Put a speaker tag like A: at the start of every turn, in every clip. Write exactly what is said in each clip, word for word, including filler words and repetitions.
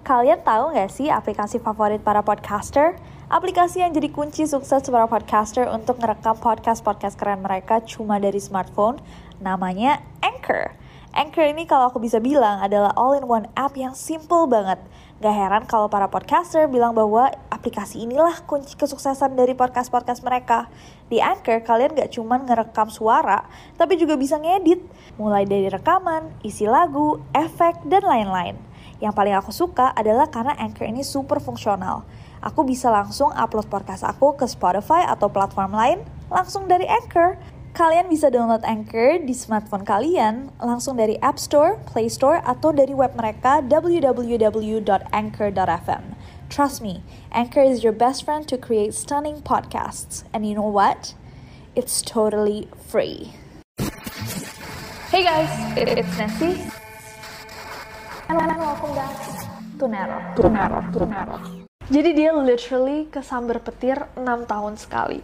A: Kalian tahu nggak sih aplikasi favorit para podcaster? Aplikasi yang jadi kunci sukses para podcaster untuk ngerekam podcast-podcast keren mereka cuma dari smartphone, namanya Anchor. Anchor ini kalau aku bisa bilang adalah all-in-one app yang simple banget. Gak heran kalau para podcaster bilang bahwa aplikasi inilah kunci kesuksesan dari podcast-podcast mereka. Di Anchor, kalian gak cuma ngerekam suara, tapi juga bisa ngedit. Mulai dari rekaman, isi lagu, efek, dan lain-lain. Yang paling aku suka adalah karena Anchor ini super fungsional. Aku bisa langsung upload podcast aku ke Spotify atau platform lain langsung dari Anchor. Kalian bisa download Anchor di smartphone kalian langsung dari App Store, Play Store, atau dari web mereka w w w dot anchor dot f m. Trust me, Anchor is your best friend to create stunning podcasts. And you know what? It's totally free. Hey guys, it's Nancy. And welcome back to Nero. To Nero, to Nero. Jadi dia literally kesambar petir enam tahun sekali.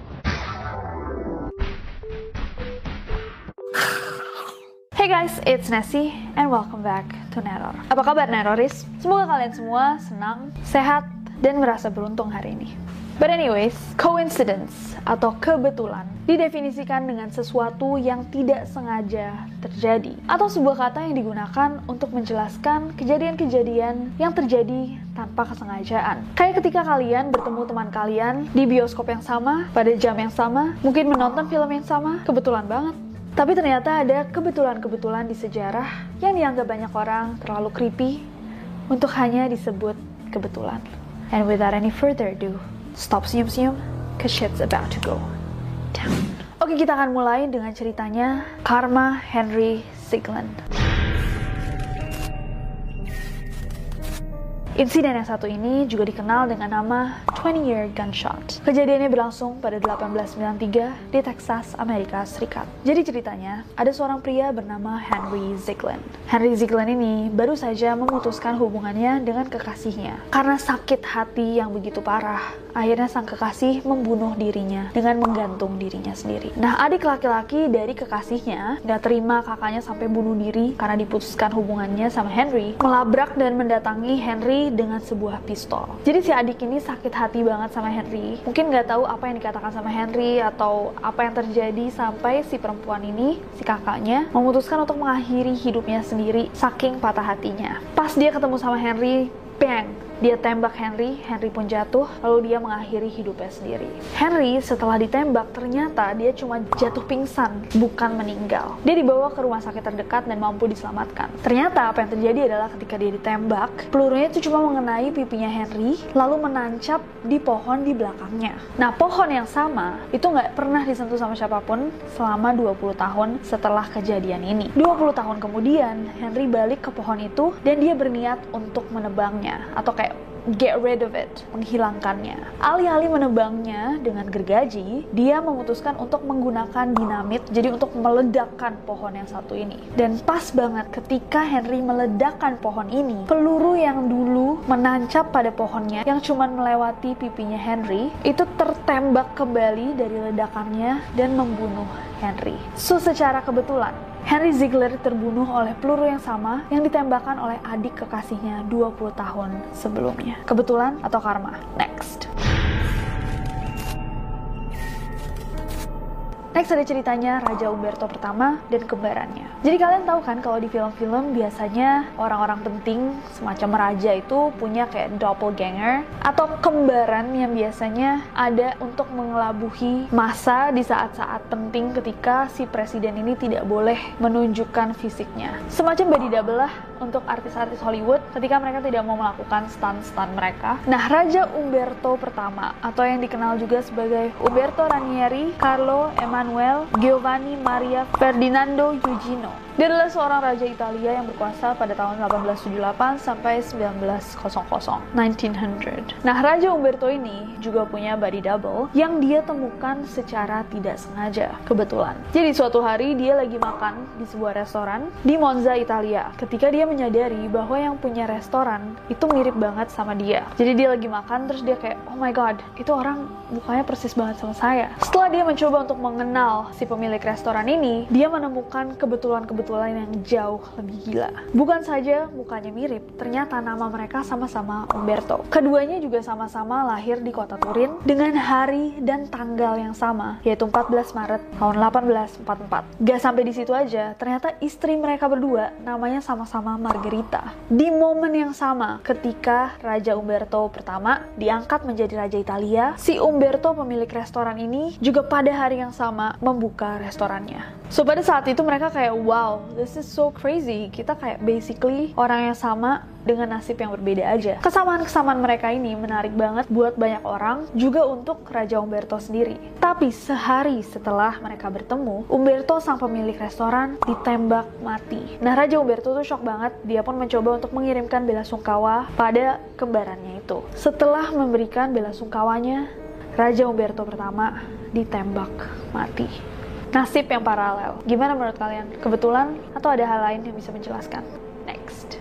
A: Hey guys, it's Nessie and welcome back to Neror. Apa kabar Neroris? Semoga kalian semua senang, sehat, dan merasa beruntung hari ini. But anyways, coincidence atau kebetulan didefinisikan dengan sesuatu yang tidak sengaja terjadi atau sebuah kata yang digunakan untuk menjelaskan kejadian-kejadian yang terjadi tanpa kesengajaan. Kayak ketika kalian bertemu teman kalian di bioskop yang sama, pada jam yang sama, mungkin menonton film yang sama, kebetulan banget. Tapi ternyata ada kebetulan-kebetulan di sejarah yang dianggap banyak orang terlalu creepy untuk hanya disebut kebetulan. And without any further ado, stop senyum-senyum, cause shit's about to go down. Oke, kita akan mulai dengan ceritanya Karma Henry Zigland. Insiden yang satu ini juga dikenal dengan nama twenty-year gunshot. Kejadiannya berlangsung pada delapan belas sembilan puluh tiga di Texas, Amerika Serikat. Jadi ceritanya, ada seorang pria bernama Henry Zigland. Henry Zigland ini baru saja memutuskan hubungannya dengan kekasihnya. Karena sakit hati yang begitu parah, akhirnya sang kekasih membunuh dirinya dengan menggantung dirinya sendiri. Nah, adik laki-laki dari kekasihnya gak terima kakaknya sampai bunuh diri karena diputuskan hubungannya sama Henry, melabrak dan mendatangi Henry dengan sebuah pistol. Jadi si adik ini sakit hati banget sama Henry. Mungkin gak tahu apa yang dikatakan sama Henry atau apa yang terjadi sampai si perempuan ini, si kakaknya, memutuskan untuk mengakhiri hidupnya sendiri saking patah hatinya. Pas dia ketemu sama Henry, bang! Dia tembak Henry, Henry pun jatuh, lalu dia mengakhiri hidupnya sendiri. Henry setelah ditembak, ternyata dia cuma jatuh pingsan, bukan meninggal. Dia dibawa ke rumah sakit terdekat dan mampu diselamatkan. Ternyata apa yang terjadi adalah ketika dia ditembak, pelurunya itu cuma mengenai pipinya Henry, lalu menancap di pohon di belakangnya. Nah, pohon yang sama, itu nggak pernah disentuh sama siapapun selama dua puluh tahun setelah kejadian ini. dua puluh tahun kemudian, Henry balik ke pohon itu, dan dia berniat untuk menebangnya, atau kayak get rid of it, menghilangkannya. Alih-alih menebangnya dengan gergaji, dia memutuskan untuk menggunakan dinamit, jadi untuk meledakkan pohon yang satu ini. Dan pas banget ketika Henry meledakkan pohon ini, peluru yang dulu menancap pada pohonnya, yang cuma melewati pipinya Henry, itu tertembak kembali dari ledakannya dan membunuh Henry. So, secara kebetulan, Henry Zigland terbunuh oleh peluru yang sama yang ditembakkan oleh adik kekasihnya dua puluh tahun sebelumnya. Kebetulan atau karma? Next. Next ada ceritanya Raja Umberto pertama dan kembarannya. Jadi kalian tahu kan kalau di film-film biasanya orang-orang penting semacam raja itu punya kayak doppelganger atau kembaran yang biasanya ada untuk mengelabuhi masa di saat-saat penting ketika si presiden ini tidak boleh menunjukkan fisiknya. Semacam body double lah untuk artis-artis Hollywood ketika mereka tidak mau melakukan stunt-stunt mereka. Nah, Raja Umberto pertama atau yang dikenal juga sebagai Umberto Ranieri Carlo Emanuele Giovanni Maria Ferdinando Eugenio. Dia adalah seorang raja Italia yang berkuasa pada tahun delapan belas tujuh puluh delapan sampai sembilan belas ratus, nineteen hundred. Nah, Raja Umberto ini juga punya body double yang dia temukan secara tidak sengaja, kebetulan. Jadi suatu hari dia lagi makan di sebuah restoran di Monza, Italia. Ketika dia menyadari bahwa yang punya restoran itu mirip banget sama dia. Jadi dia lagi makan terus dia kayak, oh my god, itu orang mukanya persis banget sama saya. Setelah dia mencoba untuk mengenal si pemilik restoran ini, dia menemukan kebetulan-kebetulan kebetulan yang jauh lebih gila. Bukan saja mukanya mirip, ternyata nama mereka sama-sama Umberto. Keduanya juga sama-sama lahir di kota Turin dengan hari dan tanggal yang sama, yaitu empat belas Maret tahun delapan belas empat puluh empat. Gak sampai di situ aja, ternyata istri mereka berdua namanya sama-sama Margherita. Di momen yang sama, ketika Raja Umberto pertama diangkat menjadi Raja Italia, si Umberto pemilik restoran ini juga pada hari yang sama membuka restorannya. So pada saat itu mereka kayak, wow, this is so crazy. Kita kayak basically orang yang sama dengan nasib yang berbeda aja. Kesamaan-kesamaan mereka ini menarik banget buat banyak orang, juga untuk Raja Umberto sendiri. Tapi sehari setelah mereka bertemu, Umberto sang pemilik restoran ditembak mati. Nah, Raja Umberto tuh shock banget. Dia pun mencoba untuk mengirimkan bela sungkawa pada kembarannya itu. Setelah memberikan bela sungkawanya, Raja Umberto pertama ditembak mati. Nasib yang paralel. Gimana menurut kalian? Kebetulan atau ada hal lain yang bisa menjelaskan? Next.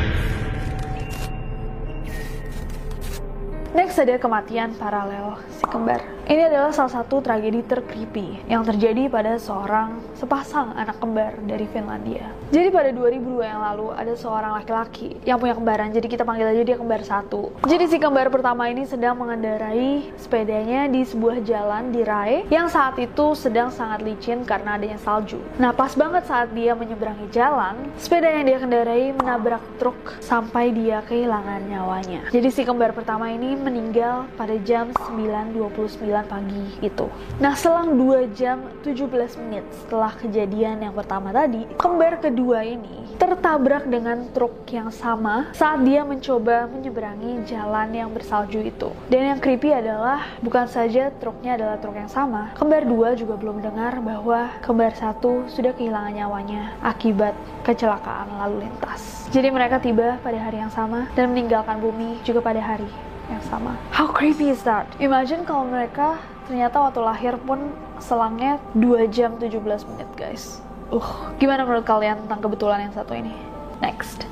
A: Next ada kematian paralel si kembar. Ini adalah salah satu tragedi ter-creepy yang terjadi pada seorang sepasang anak kembar dari Finlandia. Jadi pada dua ribu dua yang lalu ada seorang laki-laki yang punya kembaran, jadi kita panggil aja dia kembar satu. Jadi si kembar pertama ini sedang mengendarai sepedanya di sebuah jalan di Rai yang saat itu sedang sangat licin karena adanya salju. Nah, pas banget saat dia menyeberangi jalan, sepeda yang dia kendarai menabrak truk sampai dia kehilangan nyawanya. Jadi si kembar pertama ini meninggal pada jam sembilan dua puluh sembilan pagi itu. Nah, selang dua jam tujuh belas menit setelah kejadian yang pertama tadi, kembar kedua ini tertabrak dengan truk yang sama saat dia mencoba menyeberangi jalan yang bersalju itu. Dan yang creepy adalah bukan saja truknya adalah truk yang sama, kembar dua juga belum dengar bahwa kembar satu sudah kehilangan nyawanya akibat kecelakaan lalu lintas. Jadi mereka tiba pada hari yang sama dan meninggalkan bumi juga pada hari yang sama. How creepy is that? Imagine kalau mereka ternyata waktu lahir pun selangnya dua jam tujuh belas menit, guys. Uh, gimana menurut kalian tentang kebetulan yang satu ini? Next.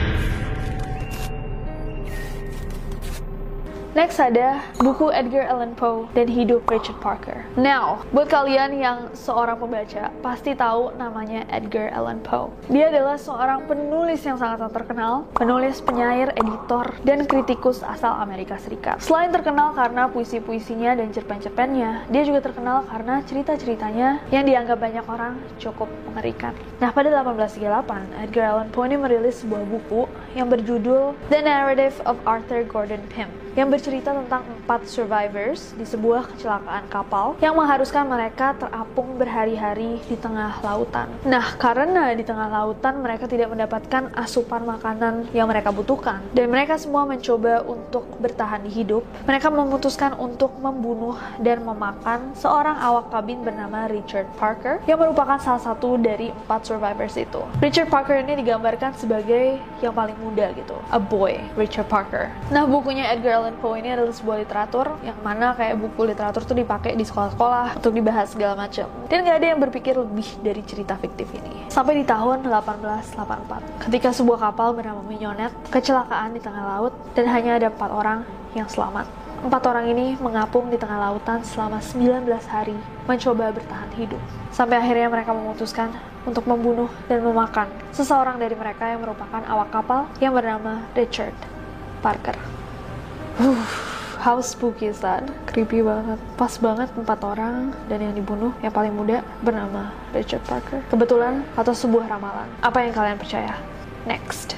A: Next ada buku Edgar Allan Poe dan Hidup Richard Parker. Now, buat kalian yang seorang pembaca, pasti tahu namanya Edgar Allan Poe. Dia adalah seorang penulis yang sangat terkenal, penulis, penyair, editor, dan kritikus asal Amerika Serikat. Selain terkenal karena puisi-puisinya dan cerpen-cerpennya, dia juga terkenal karena cerita-ceritanya yang dianggap banyak orang cukup mengerikan. Nah, pada delapan belas tiga puluh delapan, Edgar Allan Poe ini merilis sebuah buku yang berjudul The Narrative of Arthur Gordon Pym, yang bercerita tentang empat survivors di sebuah kecelakaan kapal yang mengharuskan mereka terapung berhari-hari di tengah lautan. Nah, karena di tengah lautan mereka tidak mendapatkan asupan makanan yang mereka butuhkan, dan mereka semua mencoba untuk bertahan hidup, mereka memutuskan untuk membunuh dan memakan seorang awak kabin bernama Richard Parker, yang merupakan salah satu dari empat survivors itu. Richard Parker ini digambarkan sebagai yang paling muda gitu, a boy, Richard Parker. Nah, bukunya Edgar Allan Poe ini adalah sebuah literatur yang mana kayak buku literatur tuh dipakai di sekolah-sekolah untuk dibahas segala macam. Dan gak ada yang berpikir lebih dari cerita fiktif ini. Sampai di tahun delapan belas delapan puluh empat, ketika sebuah kapal bernama Mignonette kecelakaan di tengah laut dan hanya ada empat orang yang selamat. Empat orang ini mengapung di tengah lautan selama sembilan belas hari, mencoba bertahan hidup. Sampai akhirnya mereka memutuskan untuk membunuh dan memakan seseorang dari mereka yang merupakan awak kapal yang bernama Richard Parker. Uh, how spooky is that? Creepy banget. Pas banget empat orang, dan yang dibunuh yang paling muda bernama Richard Parker. Kebetulan atau sebuah ramalan? Apa yang kalian percaya? Next.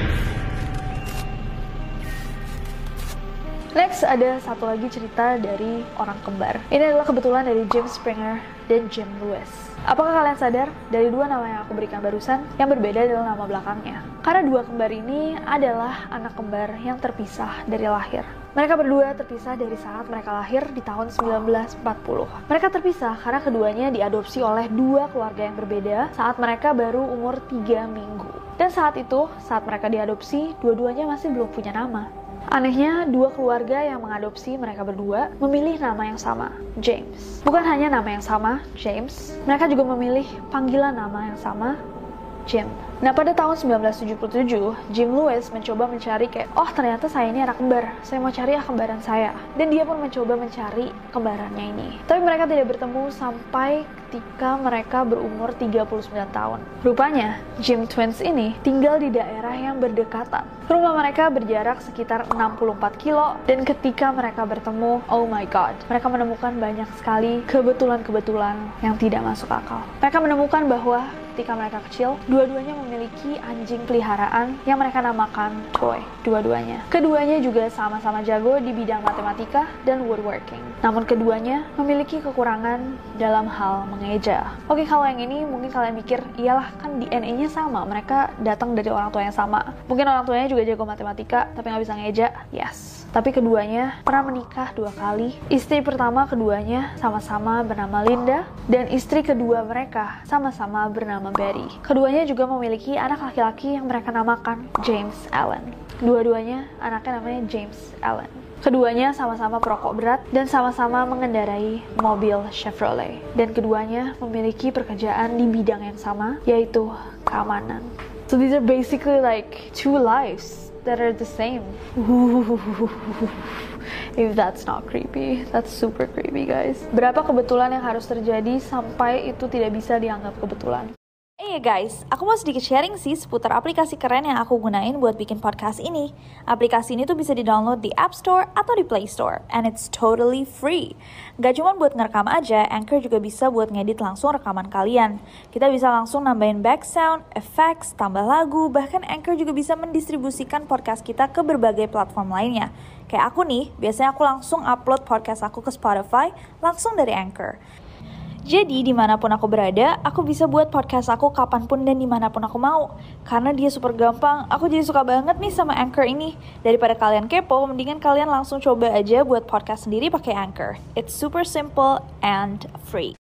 A: Next ada satu lagi cerita dari orang kembar. Ini adalah kebetulan dari James Springer dan Jim Lewis. Apakah kalian sadar, dari dua nama yang aku berikan barusan, yang berbeda adalah nama belakangnya? Karena dua kembar ini adalah anak kembar yang terpisah dari lahir. Mereka berdua terpisah dari saat mereka lahir di tahun sembilan belas empat puluh. Mereka terpisah karena keduanya diadopsi oleh dua keluarga yang berbeda saat mereka baru umur tiga minggu. Dan saat itu, saat mereka diadopsi, dua-duanya masih belum punya nama. Anehnya, dua keluarga yang mengadopsi mereka berdua memilih nama yang sama, James. Bukan hanya nama yang sama, James, mereka juga memilih panggilan nama yang sama, Jim. Nah, pada tahun sembilan belas tujuh puluh tujuh, Jim Lewis mencoba mencari kayak, oh ternyata saya ini anak kembar, saya mau cari ah kembaran saya. Dan dia pun mencoba mencari kembarannya ini. Tapi mereka tidak bertemu sampai ketika mereka berumur tiga puluh sembilan tahun. Rupanya, Jim Twins ini tinggal di daerah yang berdekatan. Rumah mereka berjarak sekitar enam puluh empat kilo, dan ketika mereka bertemu, oh my god, mereka menemukan banyak sekali kebetulan-kebetulan yang tidak masuk akal. Mereka menemukan bahwa ketika mereka kecil, dua-duanya memiliki anjing peliharaan yang mereka namakan Toy. Dua-duanya. Keduanya juga sama-sama jago di bidang matematika dan woodworking. Namun keduanya memiliki kekurangan dalam hal mengeja. Oke, kalau yang ini mungkin kalian mikir, iyalah kan D N A-nya sama, mereka datang dari orang tua yang sama. Mungkin orang tuanya juga jago matematika, tapi nggak bisa ngeja. Yes. Tapi keduanya pernah menikah dua kali. Istri pertama keduanya sama-sama bernama Linda, dan istri kedua mereka sama-sama bernama Betty. Keduanya juga memiliki anak laki-laki yang mereka namakan James Allen. Dua-duanya anaknya namanya James Allen. Keduanya sama-sama perokok berat dan sama-sama mengendarai mobil Chevrolet. Dan keduanya memiliki pekerjaan di bidang yang sama, yaitu keamanan. So these are basically like two lives that are the same. If that's not creepy, that's super creepy, guys. Berapa kebetulan yang harus terjadi sampai itu tidak bisa dianggap kebetulan? Eh hey guys, aku mau sedikit sharing sih seputar aplikasi keren yang aku gunain buat bikin podcast ini. Aplikasi ini tuh bisa di-download di App Store atau di Play Store, and it's totally free. Gak cuma buat ngerekam aja, Anchor juga bisa buat ngedit langsung rekaman kalian. Kita bisa langsung nambahin back sound, effects, tambah lagu, bahkan Anchor juga bisa mendistribusikan podcast kita ke berbagai platform lainnya. Kayak aku nih, biasanya aku langsung upload podcast aku ke Spotify langsung dari Anchor. Jadi dimanapun aku berada, aku bisa buat podcast aku kapanpun dan dimanapun aku mau. Karena dia super gampang, aku jadi suka banget nih sama Anchor ini. Daripada kalian kepo, mendingan kalian langsung coba aja buat podcast sendiri pakai Anchor. It's super simple and free.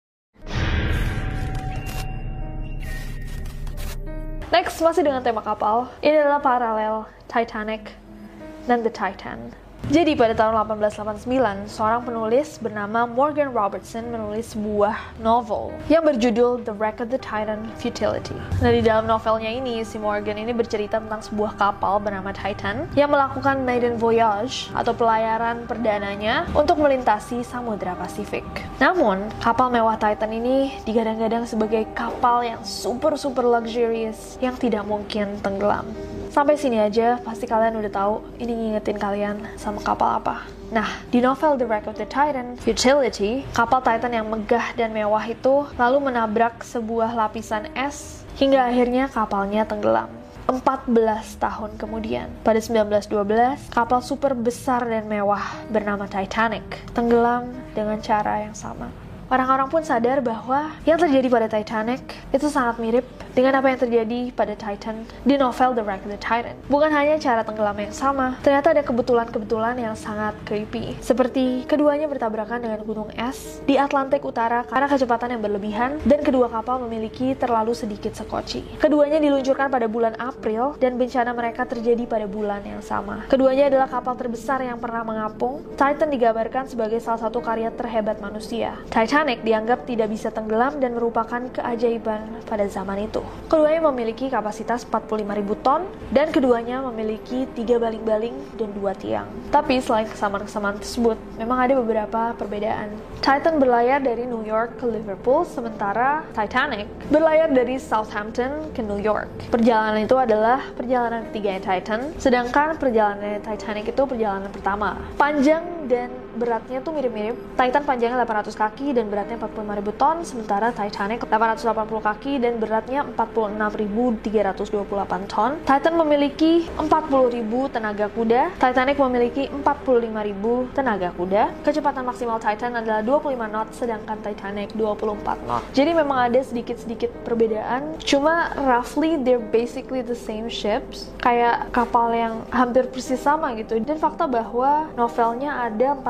A: Next, masih dengan tema kapal. Ini adalah paralel Titanic dan The Titan. Jadi pada tahun delapan belas delapan puluh sembilan, seorang penulis bernama Morgan Robertson menulis sebuah novel yang berjudul The Wreck of the Titan Futility. Nah, di dalam novelnya ini, si Morgan ini bercerita tentang sebuah kapal bernama Titan yang melakukan maiden voyage atau pelayaran perdananya untuk melintasi Samudra Pasifik. Namun, kapal mewah Titan ini digadang-gadang sebagai kapal yang super-super luxurious yang tidak mungkin tenggelam. Sampai sini aja, pasti kalian udah tahu ini ngingetin kalian sama kapal apa. Nah, di novel The Wreck of the Titan Futility, kapal Titan yang megah dan mewah itu lalu menabrak sebuah lapisan es hingga akhirnya kapalnya tenggelam. empat belas tahun kemudian, pada sembilan belas dua belas, kapal super besar dan mewah bernama Titanic tenggelam dengan cara yang sama. Orang-orang pun sadar bahwa yang terjadi pada Titanic itu sangat mirip dengan apa yang terjadi pada Titan di novel The Wreck of the Titan. Bukan hanya cara tenggelam yang sama, ternyata ada kebetulan-kebetulan yang sangat creepy. Seperti keduanya bertabrakan dengan gunung es di Atlantik Utara karena kecepatan yang berlebihan, dan kedua kapal memiliki terlalu sedikit sekoci. Keduanya diluncurkan pada bulan April, dan bencana mereka terjadi pada bulan yang sama. Keduanya adalah kapal terbesar yang pernah mengapung. Titan digambarkan sebagai salah satu karya terhebat manusia. Titan Titanic dianggap tidak bisa tenggelam dan merupakan keajaiban pada zaman itu. Keduanya memiliki kapasitas empat puluh lima ribu ton dan keduanya memiliki tiga baling-baling dan dua tiang. Tapi selain kesamaan-kesamaan tersebut, memang ada beberapa perbedaan. Titan berlayar dari New York ke Liverpool, sementara Titanic berlayar dari Southampton ke New York. Perjalanan itu adalah perjalanan ketiganya Titan, sedangkan perjalanan Titanic itu perjalanan pertama. Panjang dan beratnya tuh mirip-mirip. Titan panjangnya delapan ratus kaki dan beratnya empat puluh lima ribu ton, sementara Titanic delapan ratus delapan puluh kaki dan beratnya empat puluh enam ribu tiga ratus dua puluh delapan ton. Titan memiliki empat puluh ribu tenaga kuda, Titanic memiliki empat puluh lima ribu tenaga kuda. Kecepatan maksimal Titan adalah dua puluh lima knot, sedangkan Titanic dua puluh empat knot. Jadi memang ada sedikit-sedikit perbedaan, cuma roughly they're basically the same ships, kayak kapal yang hampir persis sama gitu. Dan fakta bahwa novelnya ada empat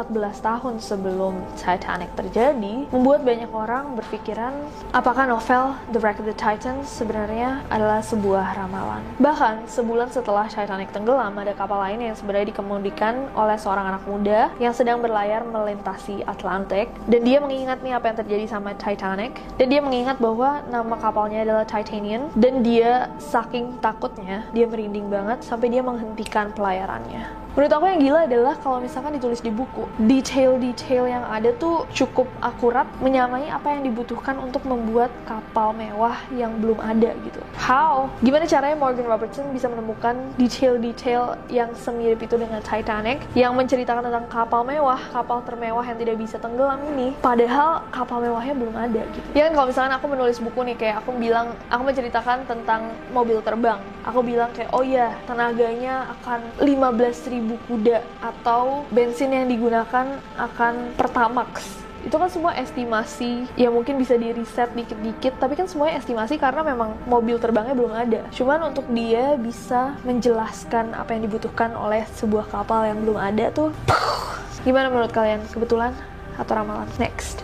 A: empat belas tahun sebelum Titanic terjadi, membuat banyak orang berpikiran apakah novel The Wreck of the Titans sebenarnya adalah sebuah ramalan. Bahkan sebulan setelah Titanic tenggelam, ada kapal lain yang sebenarnya dikemudikan oleh seorang anak muda yang sedang berlayar melintasi Atlantik, dan dia mengingat nih apa yang terjadi sama Titanic, dan dia mengingat bahwa nama kapalnya adalah Titanian, dan dia saking takutnya, dia merinding banget sampai dia menghentikan pelayarannya. Menurut aku yang gila adalah kalau misalkan ditulis di buku, detail-detail yang ada tuh cukup akurat menyamai apa yang dibutuhkan untuk membuat kapal mewah yang belum ada gitu. How? Gimana caranya Morgan Robertson bisa menemukan detail-detail yang semirip itu dengan Titanic, yang menceritakan tentang kapal mewah, kapal termewah yang tidak bisa tenggelam ini, padahal kapal mewahnya belum ada gitu. Ya kan, kalau misalkan aku menulis buku nih, kayak aku bilang, aku menceritakan tentang mobil terbang, aku bilang kayak, oh ya, tenaganya akan lima belas ribu kuda, atau bensin yang digunakan akan Pertamax. Itu kan semua estimasi, ya mungkin bisa di riset dikit-dikit, tapi kan semuanya estimasi karena memang mobil terbangnya belum ada. Cuman untuk dia bisa menjelaskan apa yang dibutuhkan oleh sebuah kapal yang belum ada tuh, gimana menurut kalian? Kebetulan atau ramalan? Next.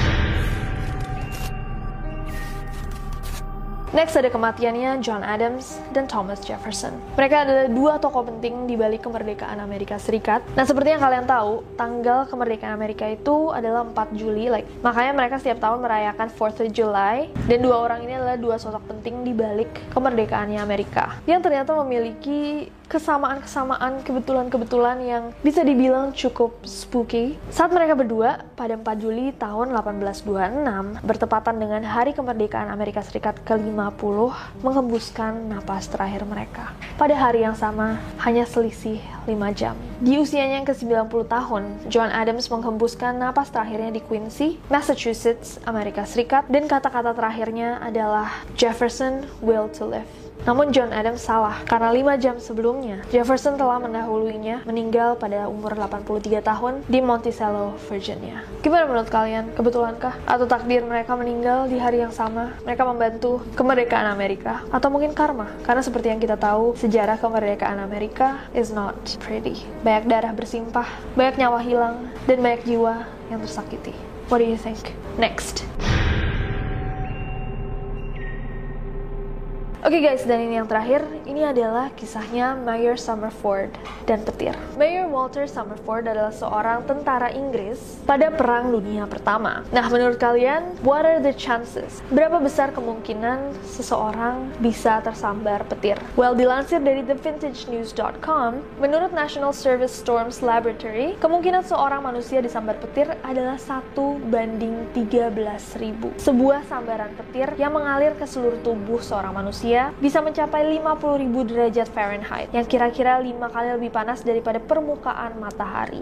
A: Next ada kematiannya John Adams dan Thomas Jefferson. Mereka adalah dua tokoh penting di balik kemerdekaan Amerika Serikat. Nah, seperti yang kalian tahu, tanggal kemerdekaan Amerika itu adalah empat Juli, like, makanya mereka setiap tahun merayakan fourth of July, dan dua orang ini adalah dua sosok penting di balik kemerdekaannya Amerika, yang ternyata memiliki kesamaan-kesamaan, kebetulan-kebetulan yang bisa dibilang cukup spooky. Saat mereka berdua pada empat Juli tahun delapan belas dua puluh enam, bertepatan dengan hari kemerdekaan Amerika Serikat ke lima puluh, menghembuskan napas terakhir mereka. Pada hari yang sama, hanya selisih lima jam. Di usianya yang ke sembilan puluh tahun, John Adams menghembuskan napas terakhirnya di Quincy, Massachusetts, Amerika Serikat, dan kata-kata terakhirnya adalah Jefferson will to live. Namun John Adams salah, karena lima jam sebelumnya, Jefferson telah mendahuluinya meninggal pada umur delapan puluh tiga tahun di Monticello, Virginia. Gimana menurut kalian? Kebetulankah? Atau takdir mereka meninggal di hari yang sama? Mereka membantu kemerdekaan Amerika? Atau mungkin karma? Karena seperti yang kita tahu, sejarah kemerdekaan Amerika is not pretty. Banyak darah bersimpah, banyak nyawa hilang, dan banyak jiwa yang tersakiti. What do you think? Next. Oke okay guys, dan ini yang terakhir, ini adalah kisahnya Mayer Summerford dan petir. Mayer Walter Summerford adalah seorang tentara Inggris pada Perang Dunia Pertama. Nah, menurut kalian, what are the chances? Berapa besar kemungkinan seseorang bisa tersambar petir? Well, dilansir dari the vintage news dot com, menurut National Service Storms Laboratory, kemungkinan seorang manusia disambar petir adalah satu banding tiga belas ribu. Sebuah sambaran petir yang mengalir ke seluruh tubuh seorang manusia bisa mencapai lima puluh ribu derajat Fahrenheit, yang kira-kira lima kali lebih panas daripada permukaan matahari.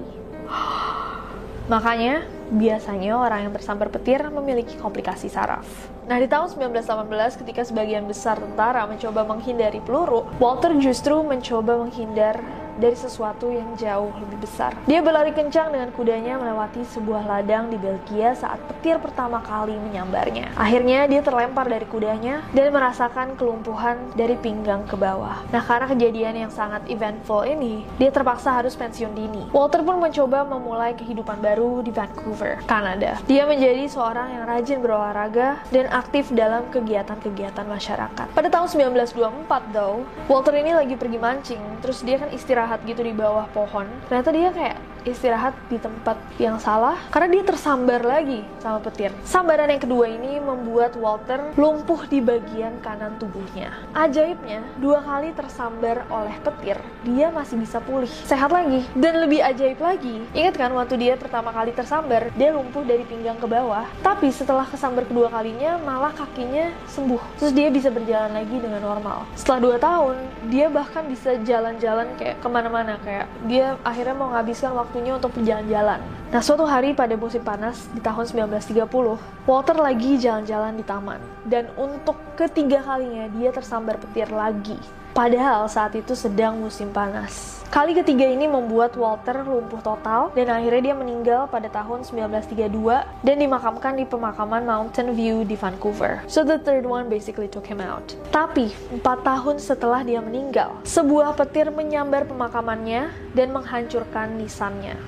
A: Makanya, biasanya orang yang tersambar petir memiliki komplikasi saraf. Nah, di tahun sembilan belas delapan belas, ketika sebagian besar tentara mencoba menghindari peluru, Walter justru mencoba menghindar dari sesuatu yang jauh lebih besar. Dia berlari kencang dengan kudanya melewati sebuah ladang di Belgia saat petir pertama kali menyambarnya. Akhirnya dia terlempar dari kudanya dan merasakan kelumpuhan dari pinggang ke bawah. Nah, karena kejadian yang sangat eventful ini, dia terpaksa harus pensiun dini. Walter pun mencoba memulai kehidupan baru di Vancouver, Kanada. Dia menjadi seorang yang rajin berolahraga dan aktif dalam kegiatan-kegiatan masyarakat. Pada tahun sembilan belas dua puluh empat, though, Walter ini lagi pergi mancing, terus dia kan istirahat gitu di bawah pohon. Ternyata dia kayak istirahat di tempat yang salah karena dia tersambar lagi sama petir. Sambaran yang kedua ini membuat Walter lumpuh di bagian kanan tubuhnya. Ajaibnya, dua kali tersambar oleh petir, dia masih bisa pulih, sehat lagi. Dan lebih ajaib lagi, ingat kan waktu dia pertama kali tersambar, dia lumpuh dari pinggang ke bawah, tapi setelah kesambar kedua kalinya malah kakinya sembuh. Terus dia bisa berjalan lagi dengan normal. Setelah dua tahun, dia bahkan bisa jalan-jalan kayak kemana-mana, kayak dia akhirnya mau menghabiskan waktu waktunya untuk berjalan-jalan. Nah, suatu hari pada musim panas di tahun sembilan belas tiga puluh, Walter lagi jalan-jalan di taman. Dan untuk ketiga kalinya dia tersambar petir lagi. Padahal saat itu sedang musim panas. Kali ketiga ini membuat Walter lumpuh total dan akhirnya dia meninggal pada tahun sembilan belas tiga puluh dua dan dimakamkan di pemakaman Mountain View di Vancouver. So the third one basically took him out. Tapi empat tahun setelah dia meninggal, sebuah petir menyambar pemakamannya dan menghancurkan nisannya.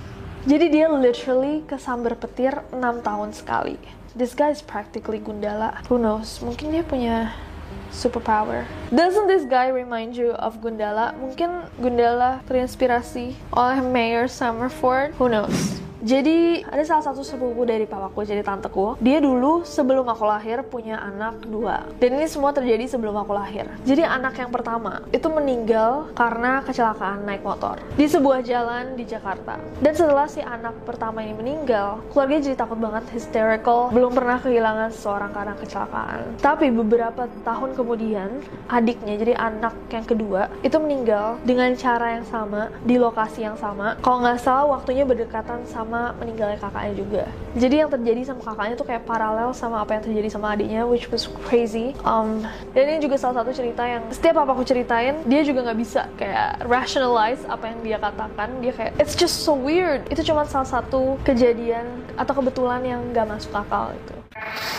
A: Jadi dia literally kesambar petir enam tahun sekali. This guy is practically Gundala. Who knows? Mungkin dia punya superpower. Doesn't this guy remind you of Gundala? Mungkin Gundala terinspirasi oleh Mayor Summerford. Who knows? Jadi ada salah satu sepupu dari papaku, jadi tanteku. Dia dulu sebelum aku lahir punya anak dua. Dan ini semua terjadi sebelum aku lahir. Jadi anak yang pertama itu meninggal karena kecelakaan naik motor di sebuah jalan di Jakarta. Dan setelah si anak pertama ini meninggal, keluarga jadi takut banget, hysterical, belum pernah kehilangan seseorang karena kecelakaan. Tapi beberapa tahun kemudian, adiknya, jadi anak yang kedua, itu meninggal dengan cara yang sama, di lokasi yang sama. Kalau nggak salah waktunya berdekatan sama meninggalnya kakaknya juga. Jadi yang terjadi sama kakaknya tuh kayak paralel sama apa yang terjadi sama adiknya, which was crazy. Um, dan ini juga salah satu cerita yang setiap apa aku ceritain, dia juga nggak bisa kayak rationalize apa yang dia katakan. Dia kayak, it's just so weird. Itu cuma salah satu kejadian atau kebetulan yang nggak masuk akal itu.